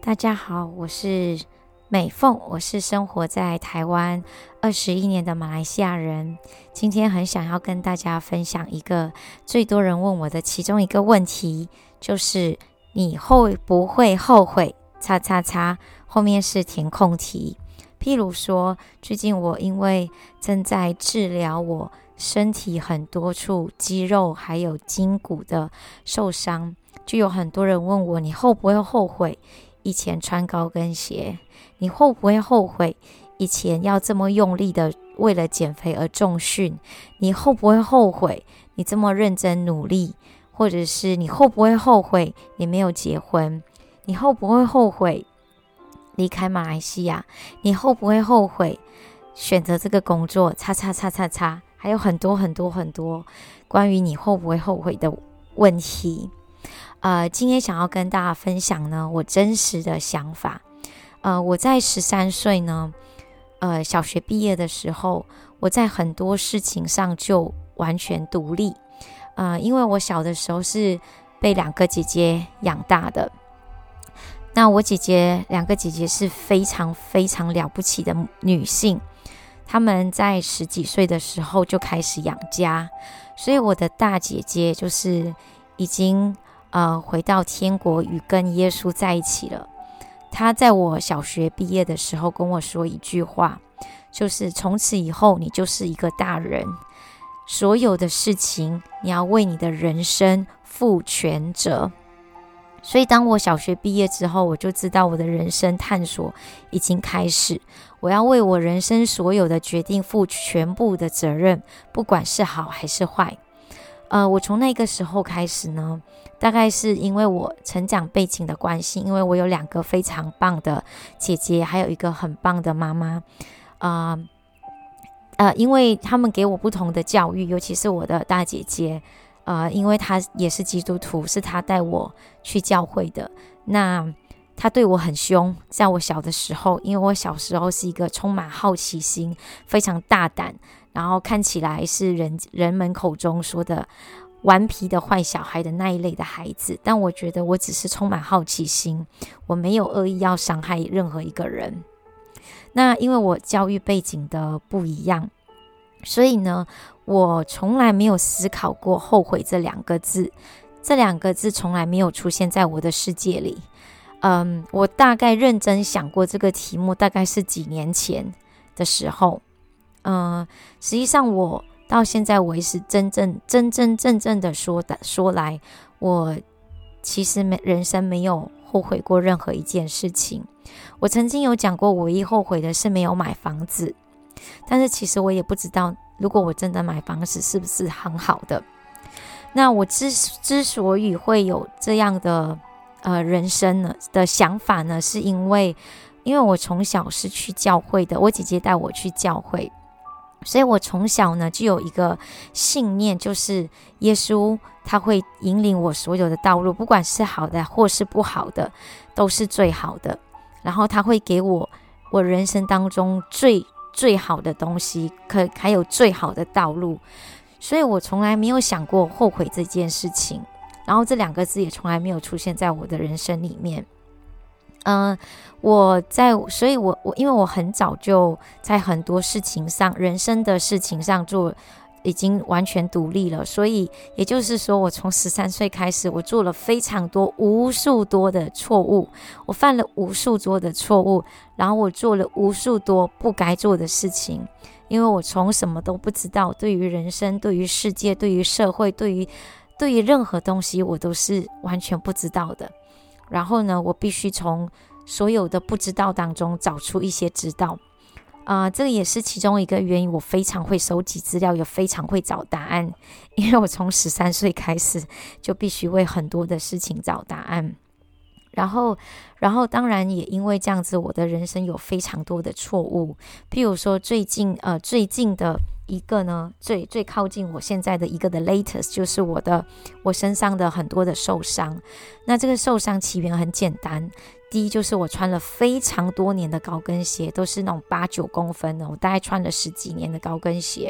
大家好，我是美凤，我是生活在台湾21年的马来西亚人。今天很想要跟大家分享一个最多人问我的其中一个问题，就是你会不会后悔？叉叉叉，后面是填空题。譬如说，最近我因为正在治疗我身体很多处肌肉还有筋骨的受伤，就有很多人问我，你会不会后悔以前穿高跟鞋？你会不会后悔以前要这么用力的为了减肥而重训？你会不会后悔你这么认真努力？或者是你会不会后悔你没有结婚？你会不会后悔离开马来西亚？你会不会后悔选择这个工作？叉叉叉叉叉，还有很多很多很多关于你会不会后悔的问题。今天想要跟大家分享呢，我真实的想法。我在13岁呢，小学毕业的时候，我在很多事情上就完全独立。因为我小的时候是被2个姐姐养大的。那我2个姐姐是非常非常了不起的女性，她们在10几岁的时候就开始养家，所以我的大姐姐就是已经回到天国与跟耶稣在一起了。她在我小学毕业的时候跟我说一句话，就是从此以后你就是一个大人，所有的事情你要为你的人生负全责。所以当我小学毕业之后，我就知道我的人生探索已经开始，我要为我人生所有的决定负全部的责任，不管是好还是坏。我从那个时候开始呢，大概是因为我成长背景的关系，因为我有2个非常棒的姐姐，还有一个很棒的妈妈。因为他们给我不同的教育，尤其是我的大姐姐，因为她也是基督徒，是她带我去教会的。那她对我很凶，在我小的时候，因为我小时候是一个充满好奇心、非常大胆，然后看起来是人们口中说的顽皮的坏小孩的那一类的孩子。但我觉得我只是充满好奇心，我没有恶意要伤害任何一个人。那因为我教育背景的不一样，所以呢，我从来没有思考过后悔这2个字，这2个字从来没有出现在我的世界里。我大概认真想过这个题目，大概是几年前的时候。实际上我到现在为止，真正的说来，我其实人生没有后悔过任何一件事情。我曾经有讲过，我唯一后悔的是没有买房子，但是其实我也不知道，如果我真的买房子是不是很好的。那我之所以会有这样的人生呢的想法呢，是因为我从小是去教会的，我姐姐带我去教会，所以我从小呢就有一个信念，就是耶稣他会引领我所有的道路，不管是好的或是不好的，都是最好的。然后他会给我人生当中最好的东西，还有最好的道路。所以我从来没有想过后悔这件事情，然后这2个字也从来没有出现在我的人生里面。所以我因为我很早就在很多事情上，人生的事情上已经完全独立了，所以也就是说，我从13岁开始，我做了非常多无数多的错误，我犯了无数多的错误，然后我做了无数多不该做的事情。因为我从什么都不知道，对于人生，对于世界，对于社会，对于任何东西，我都是完全不知道的。然后呢，我必须从所有的不知道当中找出一些知道。这个也是其中一个原因，我非常会收集资料，也非常会找答案。因为我从13岁开始就必须为很多的事情找答案。然后当然也因为这样子，我的人生有非常多的错误。譬如说最近的一个呢，最靠近我现在的一个的 latest， 就是我身上的很多的受伤。那这个受伤起源很简单，第一就是我穿了非常多年的高跟鞋，都是那种8-9公分的，我大概穿了10几年的高跟鞋。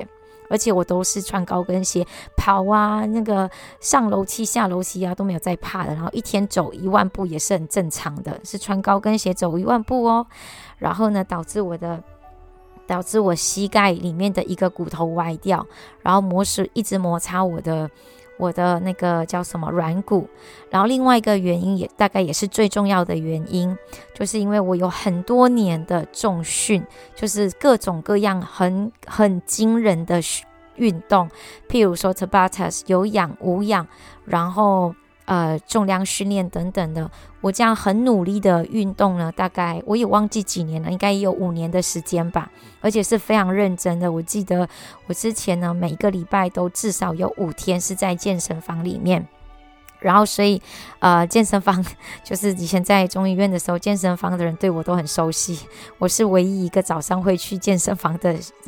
而且我都是穿高跟鞋跑啊，那个上楼梯下楼梯啊都没有在怕的，然后一天走1万步也是很正常的，是穿高跟鞋走1万步哦。然后呢，导致我膝盖里面的一个骨头歪掉，然后一直摩擦我的那个叫什么软骨。然后另外一个原因大概也是最重要的原因，就是因为我有很多年的重训，就是各种各样很惊人的运动，譬如说 Tabata 有氧无氧，然后重量训练等等的，我这样很努力的运动呢，大概我也忘记几年了，应该也有5年的时间吧，而且是非常认真的。我记得我之前呢，每一个礼拜都至少有5天是在健身房里面。然后所以健身房就是以前在中医院的时候，健身房的人对我都很熟悉，我是唯一一个早上会去健身房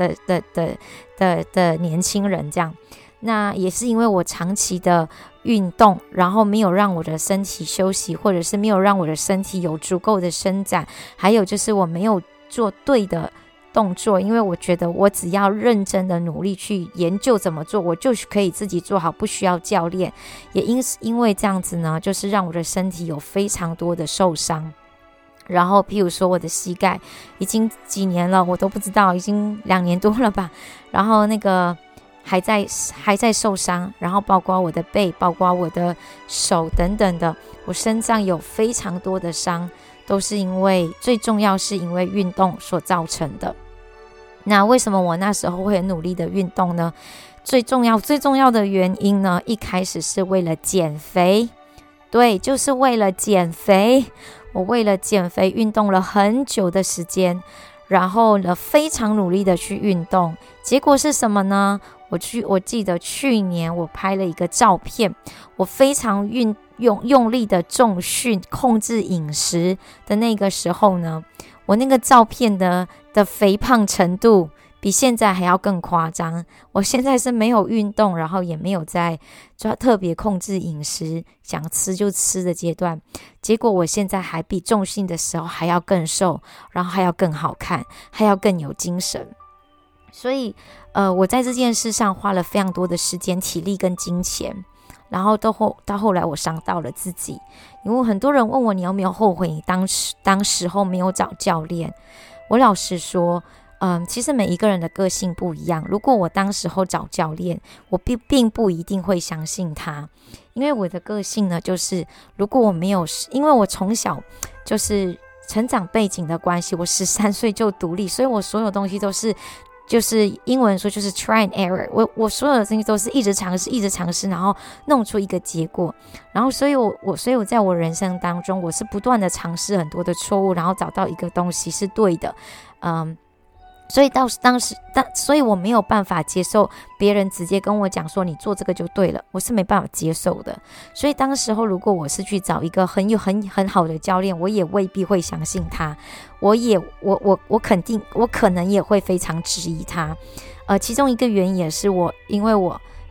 的年轻人这样。那也是因为我长期的运动，然后没有让我的身体休息，或者是没有让我的身体有足够的伸展，还有就是我没有做对的动作，因为我觉得我只要认真的努力去研究怎么做，我就可以自己做好，不需要教练。也因为这样子呢，就是让我的身体有非常多的受伤。然后譬如说我的膝盖已经几年了我都不知道，已经2年多了吧，然后那个还在受伤，然后包括我的背，包括我的手等等的，我身上有非常多的伤，都是最重要是因为运动所造成的。那为什么我那时候会很努力的运动呢？最重要的原因呢，一开始是为了减肥，对，就是为了减肥。我为了减肥运动了很久的时间，然后呢非常努力的去运动，结果是什么呢？我记得去年我拍了一个照片，我非常用力的重训控制饮食的那个时候呢，我那个照片的肥胖程度比现在还要更夸张。我现在是没有运动，然后也没有在特别控制饮食，想吃就吃的阶段，结果我现在还比重训的时候还要更瘦，然后还要更好看，还要更有精神。所以我在这件事上花了非常多的时间、体力跟金钱，然后到后来我伤到了自己。因为很多人问我，你有没有后悔你当时候没有找教练？我老实说其实每一个人的个性不一样，如果我当时候找教练，我并不一定会相信他。因为我的个性呢，就是如果我没有，因为我从小就是成长背景的关系，我13岁就独立，所以我所有东西都是就是英文说就是 try and error， 我所有的东西都是一直尝试，然后弄出一个结果。然后所以我在我人生当中，我是不断的尝试很多的错误，然后找到一个东西是对的。所以所以我没有办法接受别人直接跟我讲说你做这个就对了，我是没办法接受的。所以当时候如果我是去找一个很好的教练，我也未必会相信他，我可能也会非常质疑他。其中一个原因也是因为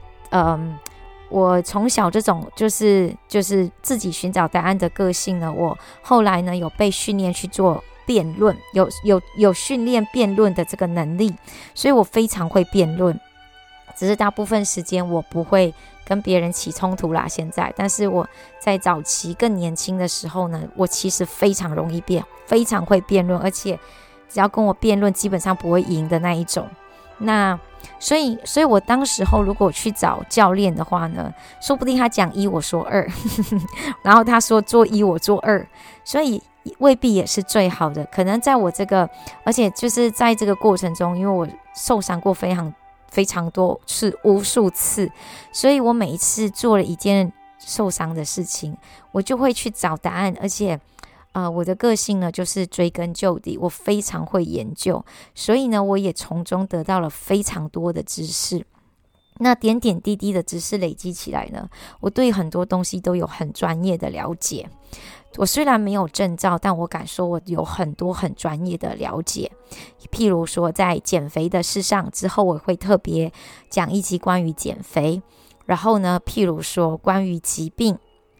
我从小这种就是自己寻找答案的个性呢，我后来呢有被训练去做辩论，有训练辩论的这个能力，所以我非常会辩论。只是大部分时间我不会跟别人起冲突啦，现在。但是我在早期更年轻的时候呢，我其实非常容易非常会辩论，而且只要跟我辩论基本上不会赢的那一种。那所以我当时候如果去找教练的话呢，说不定他讲1我说2然后他说做1我做2，所以未必也是最好的。可能在我这个，而且就是在这个过程中，因为我受伤过非常多次，无数次，所以我每一次做了一件受伤的事情，我就会去找答案。而且我的个性呢就是追根究底，我非常会研究，所以呢我也从中得到了非常多的知识。那点点滴滴的知识累积起来呢，我对很多东西都有很专业的了解。我虽然没有证照，但我敢说我有很多很专业的了解。譬如说在减肥的事上，之后我会特别讲一集关于减肥。然后呢譬如说关于疾病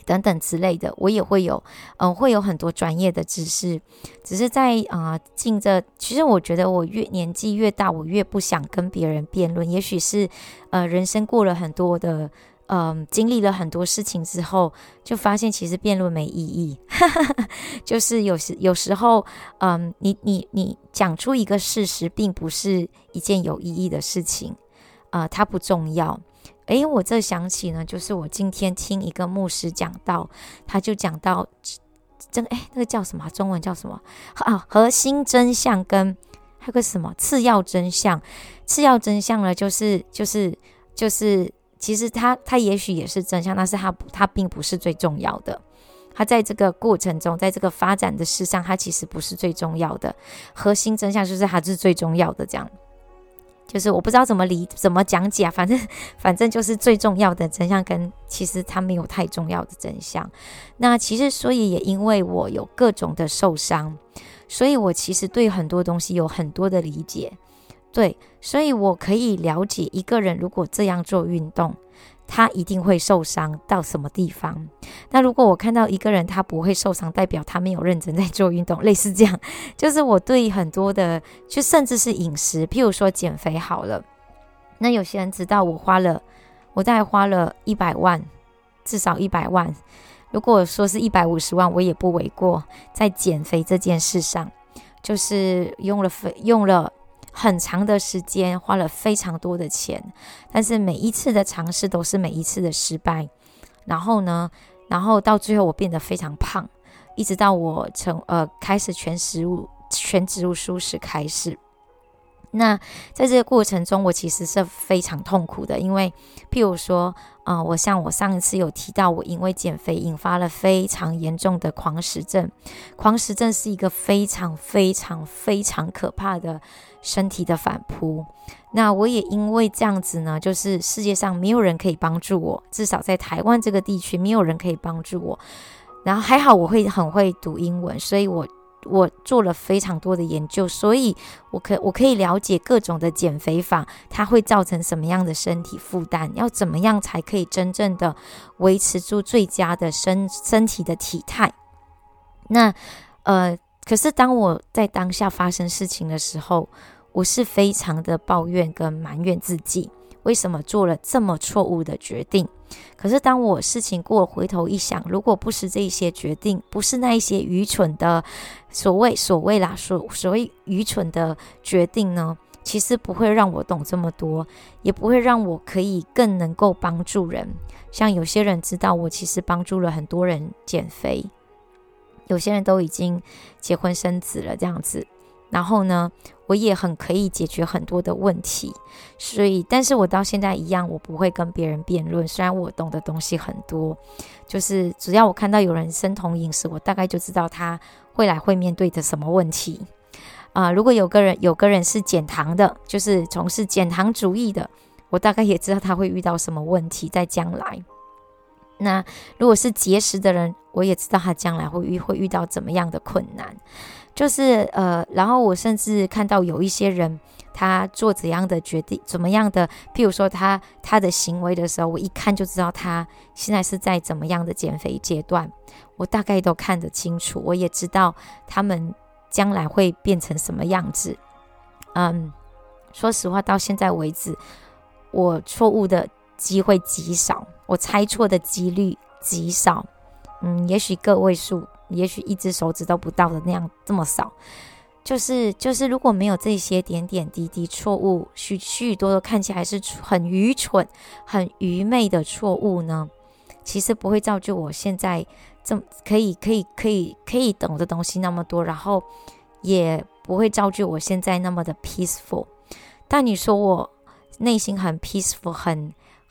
等等之类的，我也会有会有很多专业的知识，只是在其实我觉得我年纪越大，我越不想跟别人辩论。也许是人生过了很多的经历了很多事情之后，就发现其实辩论没意义。就是有时候你讲出一个事实，并不是一件有意义的事情，它不重要。我这想起呢，就是我今天听一个牧师讲到，他就讲到那个叫什么？中文叫什么？核心真相跟还有个什么次要真相？次要真相呢，就是其实它也许也是真相，但是它并不是最重要的。它在这个过程中，在这个发展的事上，它其实不是最重要的。核心真相就是它是最重要的，这样。就是我不知道怎么讲解啊，反正就是最重要的真相跟其实它没有太重要的真相。那其实所以也因为我有各种的受伤，所以我其实对很多东西有很多的理解。对，所以我可以了解一个人如果这样做运动，他一定会受伤到什么地方。那如果我看到一个人他不会受伤，代表他没有认真在做运动，类似这样。就是我对很多的，就甚至是饮食，譬如说减肥好了，那有些人知道我大概花了100万，至少100万，如果说是150万我也不为过，在减肥这件事上，就是用了很长的时间，花了非常多的钱，但是每一次的尝试都是每一次的失败。然后到最后我变得非常胖，一直到我开始全植物素食开始。那在这个过程中，我其实是非常痛苦的，因为譬如说我上一次有提到，我因为减肥引发了非常严重的狂食症。狂食症是一个非常非常非常可怕的身体的反扑。那我也因为这样子呢，就是世界上没有人可以帮助我，至少在台湾这个地区没有人可以帮助我。然后还好我很会读英文，所以我做了非常多的研究，所以我可以了解各种的减肥法，它会造成什么样的身体负担，要怎么样才可以真正的维持住最佳的身体的体态。那可是当我在当下发生事情的时候，我是非常的抱怨跟埋怨自己，为什么做了这么错误的决定。可是当我事情过了，回头一想，如果不是这些决定，不是那一些愚蠢的所谓愚蠢的决定呢，其实不会让我懂这么多，也不会让我可以更能够帮助人。像有些人知道我其实帮助了很多人减肥，有些人都已经结婚生子了这样子，然后呢我也很可以解决很多的问题。所以但是我到现在一样，我不会跟别人辩论，虽然我懂的东西很多，就是只要我看到有人生酮饮食，我大概就知道他未来会面对的什么问题。如果有个人是减糖的，就是从事减糖主义的，我大概也知道他会遇到什么问题在将来。那如果是节食的人，我也知道他将来会遇到怎么样的困难。就是然后我甚至看到有一些人他做怎样的决定，怎么样的，譬如说他的行为的时候，我一看就知道他现在是在怎么样的减肥阶段，我大概都看得清楚，我也知道他们将来会变成什么样子。说实话，到现在为止，我错误的机会极少，我猜错的几率极少，也许个位数，也许一只手指都不到的那样，这么少。就是如果没有这些点点滴滴错误，许多都看起来是很愚蠢很愚昧的错误呢，其实不会造就我现在这可以懂的东西那么多，然后也不会造就我现在那么的 peaceful。 但你说我内心很 peaceful 很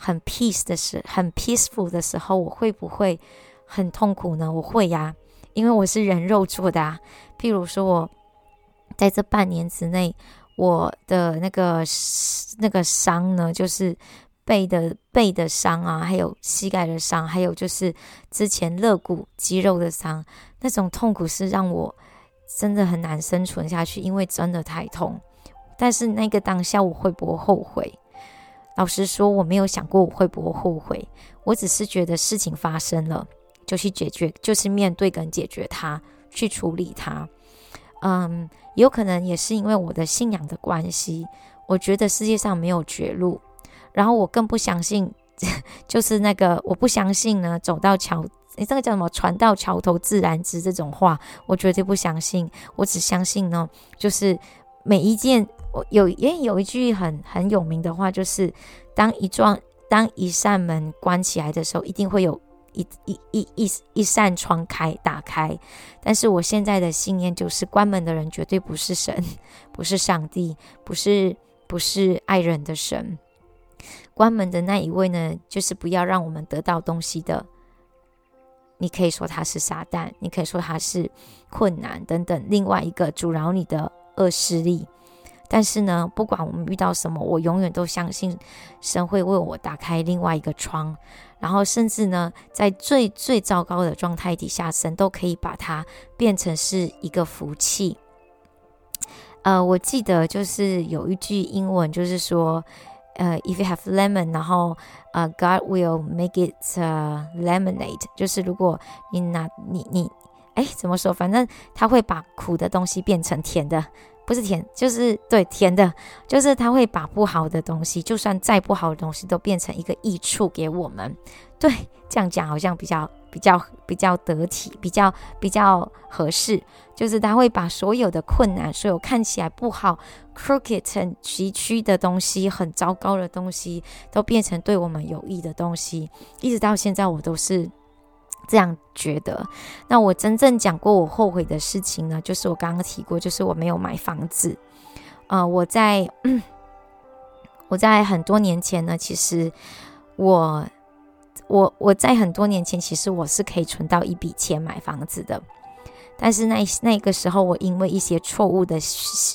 peaceful 的时候，我会不会很痛苦呢？我会呀，因为我是人肉做的啊。譬如说我在这半年之内，我的那个伤呢，就是背的伤啊，还有膝盖的伤，还有就是之前肋骨肌肉的伤，那种痛苦是让我真的很难生存下去，因为真的太痛。但是那个当下我会不会后悔？老实说，我没有想过我会不会后悔，我只是觉得事情发生了， 就去解决，就是面对跟解决它，去处理它。有可能也是因为我的信仰的关系，我觉得世界上没有绝路，然后我更不相信就是我不相信呢走到桥这个叫什么船到桥头自然直这种话，我绝对不相信。我只相信呢，就是每一件有一句很有名的话，就是当一扇门关起来的时候，一定会有一扇窗打开。但是我现在的信念就是，关门的人绝对不是神，不是上帝，不是爱人的神。关门的那一位呢，就是不要让我们得到东西的。你可以说他是撒旦，你可以说他是困难等等，另外一个阻挠你的恶势力。但是呢，不管我们遇到什么，我永远都相信神会为我打开另外一个窗，然后甚至呢，在最最糟糕的状态底下，神都可以把它变成是一个福气。我记得就是有一句英文，就是说if you have lemon， 然后God will make it lemonade， 就是如果你怎么说，反正他会把苦的东西变成甜的，不是甜，就是对甜的，就是他会把不好的东西，就算再不好的东西都变成一个益处给我们。对，这样讲好像比较得体，比较合适，就是他会把所有的困难，所有看起来不好 crooked 很崎岖的东西，很糟糕的东西，都变成对我们有益的东西。一直到现在我都是这样觉得。那我真正讲过我后悔的事情呢，就是我刚刚提过，就是我没有买房子。我在很多年前呢，其实我在很多年前，其实我是可以存到一笔钱买房子的。但是那个时候，我因为一些错误的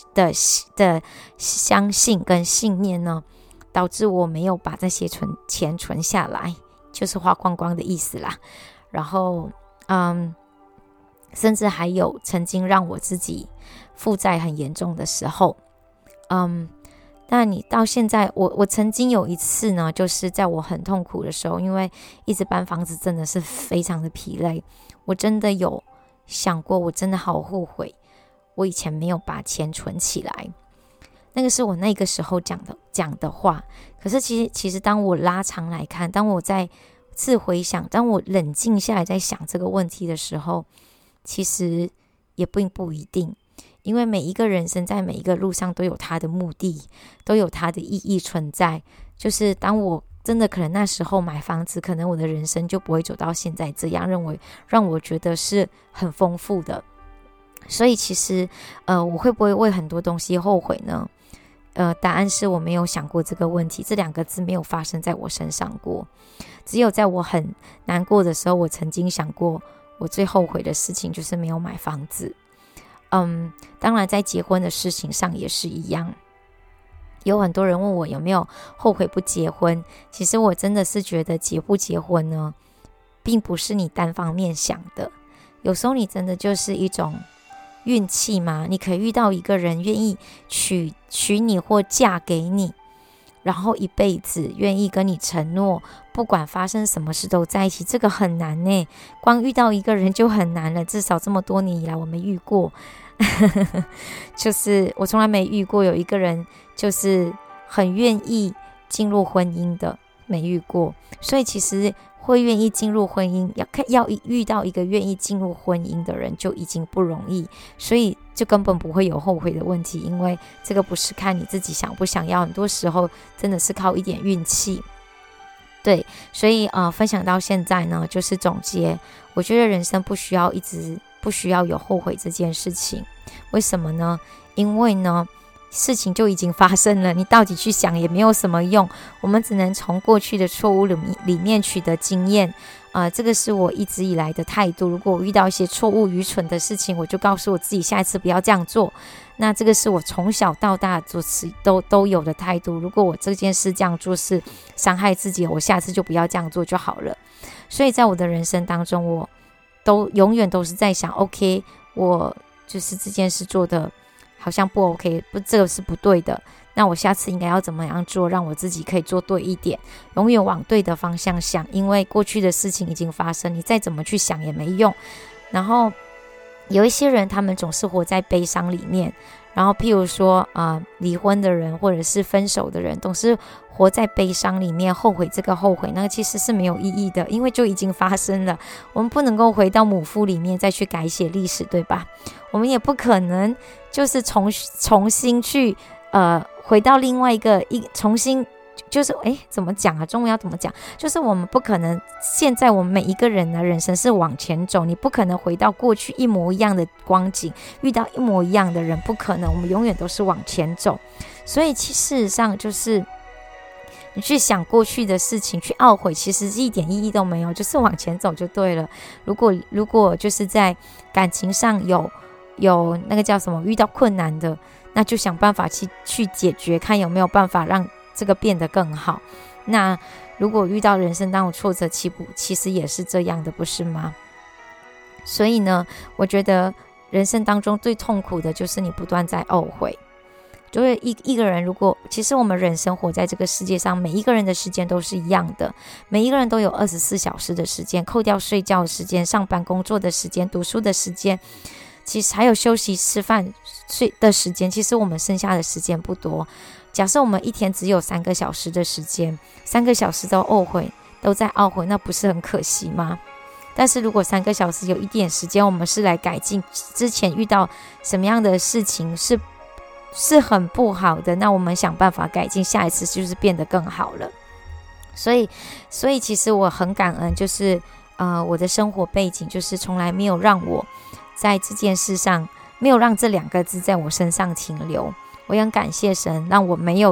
相信跟信念呢，导致我没有把这些钱存下来，就是花光光的意思啦。然后甚至还有曾经让我自己负债很严重的时候。那你到现在，我曾经有一次呢，就是在我很痛苦的时候，因为一直搬房子真的是非常的疲累，我真的有想过，我真的好后悔我以前没有把钱存起来。那个是我那个时候讲的话。可是其实当我拉长来看，当我在自回想，当我冷静下来在想这个问题的时候，其实也并不一定。因为每一个人生在每一个路上都有他的目的，都有他的意义存在。就是当我真的可能那时候买房子，可能我的人生就不会走到现在这样，让我觉得是很丰富的。所以其实我会不会为很多东西后悔呢？答案是我没有想过这个问题，这两个字没有发生在我身上过。只有在我很难过的时候，我曾经想过，我最后悔的事情就是没有买房子。当然在结婚的事情上也是一样。有很多人问我有没有后悔不结婚，其实我真的是觉得结不结婚呢，并不是你单方面想的。有时候你真的就是一种运气嘛，你可以遇到一个人愿意娶你或嫁给你，然后一辈子愿意跟你承诺，不管发生什么事都在一起，这个很难呢。光遇到一个人就很难了，至少这么多年以来我没遇过。就是我从来没遇过有一个人就是很愿意进入婚姻的，没遇过。所以其实会愿意进入婚姻，要遇到一个愿意进入婚姻的人就已经不容易，所以就根本不会有后悔的问题。因为这个不是看你自己想不想要，很多时候真的是靠一点运气。对，所以分享到现在呢，就是总结，我觉得人生不需要有后悔这件事情。为什么呢？因为呢，事情就已经发生了，你到底去想也没有什么用。我们只能从过去的错误里面取得经验。这个是我一直以来的态度。如果我遇到一些错误愚蠢的事情，我就告诉我自己下一次不要这样做。那这个是我从小到大做事都有的态度。如果我这件事这样做是伤害自己，我下次就不要这样做就好了。所以在我的人生当中，我永远都是在想 OK， 我就是这件事做的好像不 OK， 这个是不对的。 那我下次应该要怎么样做，让我自己可以做对一点，永远往对的方向想，因为过去的事情已经发生，你再怎么去想也没用。然后有一些人他们总是活在悲伤里面，然后譬如说离婚的人或者是分手的人，总是活在悲伤里面，后悔这个后悔那个，其实是没有意义的，因为就已经发生了。我们不能够回到母腹里面再去改写历史，对吧？我们也不可能就是重新去回到另外一个重新就是怎么讲啊？中文要怎么讲？就是我们不可能，现在我们每一个人的人生是往前走，你不可能回到过去一模一样的光景，遇到一模一样的人，不可能，我们永远都是往前走。所以事实上就是你去想过去的事情，去懊悔，其实一点意义都没有，就是往前走就对了。如果就是在感情上有那个叫什么遇到困难的，那就想办法去解决，看有没有办法让这个变得更好。那如果遇到人生当中挫折，其实也是这样的，不是吗？所以呢，我觉得人生当中最痛苦的就是你不断在懊悔。就是一个人，如果其实我们人生活在这个世界上，每一个人的时间都是一样的，每一个人都有24小时的时间，扣掉睡觉的时间、上班工作的时间、读书的时间，其实还有休息、吃饭、睡的时间，其实我们剩下的时间不多。假设我们一天只有3个小时的时间，3个小时都在懊悔，那不是很可惜吗？但是如果3个小时有一点时间，我们是来改进之前遇到什么样的事情是很不好的，那我们想办法改进，下一次就是变得更好了。所以其实我很感恩，就是我的生活背景就是从来没有让我在这件事上，没有让这2个字在我身上停留。我也很感谢神，让我没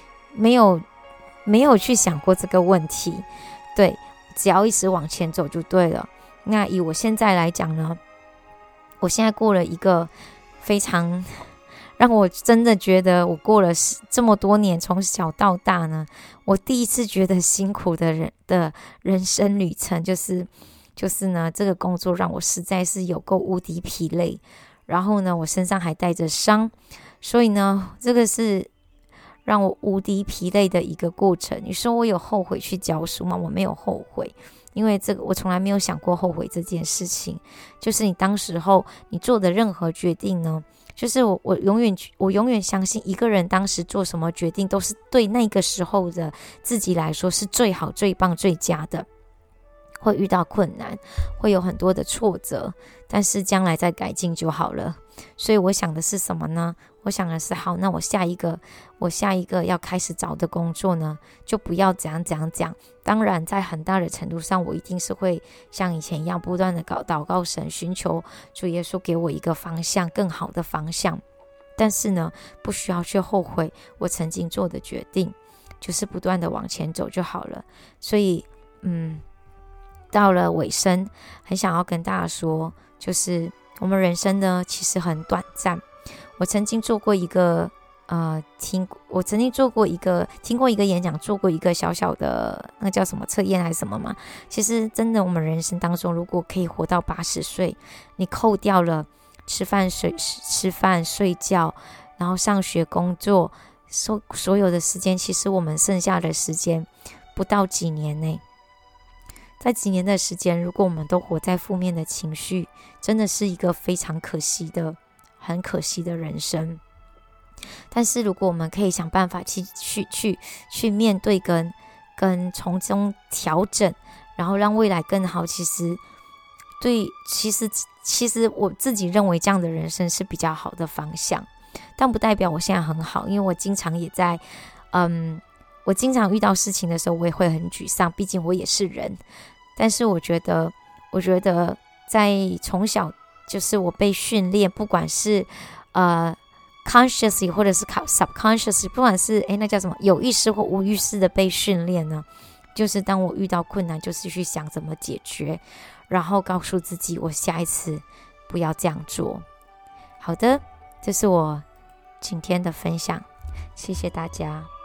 有去想过这个问题。对，只要一直往前走就对了。那以我现在来讲呢，我现在过了一个非常让我真的觉得我过了这么多年，从小到大呢，我第一次觉得辛苦的人生旅程，就是呢，这个工作让我实在是有够无敌疲累，然后呢，我身上还带着伤，所以呢，这个是让我无敌疲累的一个过程。你说我有后悔去教书吗？我没有后悔，因为这个我从来没有想过后悔这件事情。就是你当时候你做的任何决定呢，就是我永远相信一个人当时做什么决定都是对那个时候的自己来说是最好、最棒、最佳的。会遇到困难，会有很多的挫折，但是将来再改进就好了。所以我想的是什么呢？我想的是好，那我下一个要开始找的工作呢，就不要怎样讲。当然在很大的程度上，我一定是会像以前一样不断的祷告神，寻求主耶稣给我一个方向，更好的方向。但是呢，不需要去后悔我曾经做的决定，就是不断的往前走就好了。所以到了尾声，很想要跟大家说，就是我们人生呢其实很短暂。我曾经做过一个听过一个演讲，做过一个小小的那个叫什么测验还是什么嘛。其实真的我们人生当中，如果可以活到80岁，你扣掉了吃饭睡觉，然后上学工作所有的时间，其实我们剩下的时间不到几年内。在几年的时间，如果我们都活在负面的情绪，真的是一个非常很可惜的人生。但是如果我们可以想办法去面对跟从中调整，然后让未来更好，其实我自己认为这样的人生是比较好的方向。但不代表我现在很好，因为我经常也在我经常遇到事情的时候，我也会很沮丧，毕竟我也是人。但是我觉得在从小就是我被训练，不管是consciously 或者是 subconsciously， 不管是那叫什么有意识或无意识的被训练呢，就是当我遇到困难，就是去想怎么解决，然后告诉自己我下一次不要这样做。好的，这是我今天的分享，谢谢大家。